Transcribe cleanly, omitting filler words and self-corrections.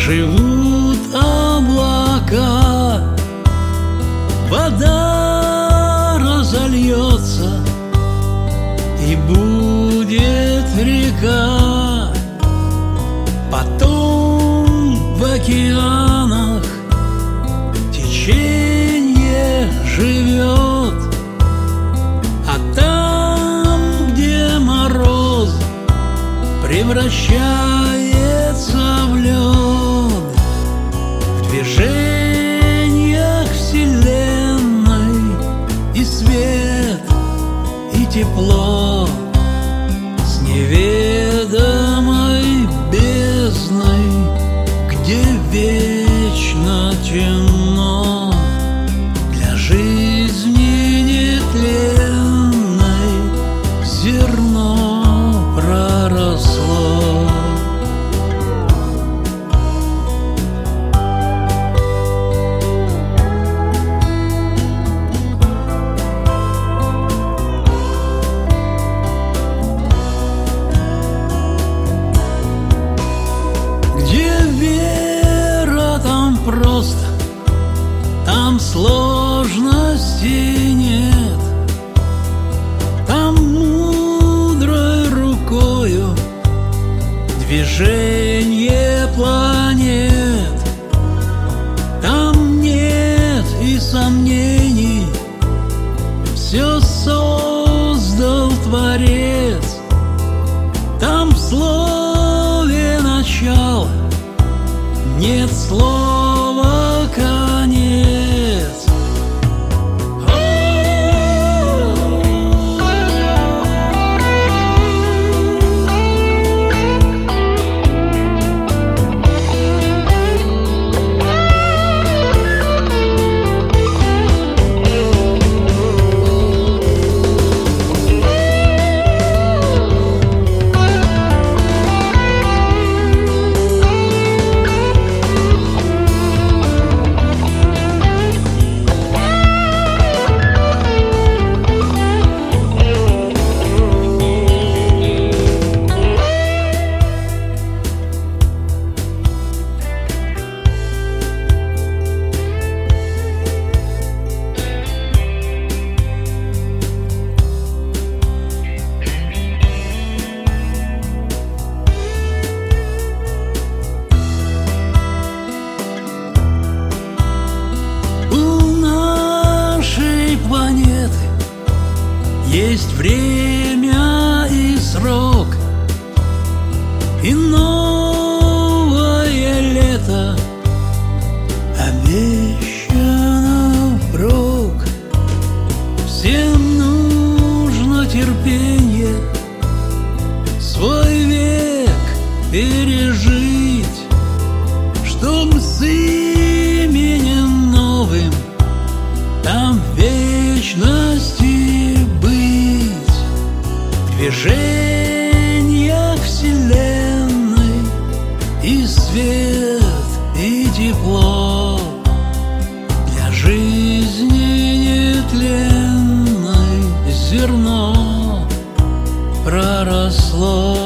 живут облака, вода разольется, и будет река. Потом в океанах течение живет, а там, где мороз превращается в лед, в движениях вселенной и свет, и тепло, с неведомой бездной, где вечно темно, для жизни нетленной зерно проросло. Просто там сложностей нет, там мудрой рукою движение планет, там нет и сомнений, все создал Творец, там в слове начало нет слова конец. Есть время и срок, и новое лето обещано впрок. Всем нужно терпенье, свой век пережить, чтоб с именем новым там в вечности быть, в движениях вселенной и свет, и тепло, для жизни нетленной зерно проросло.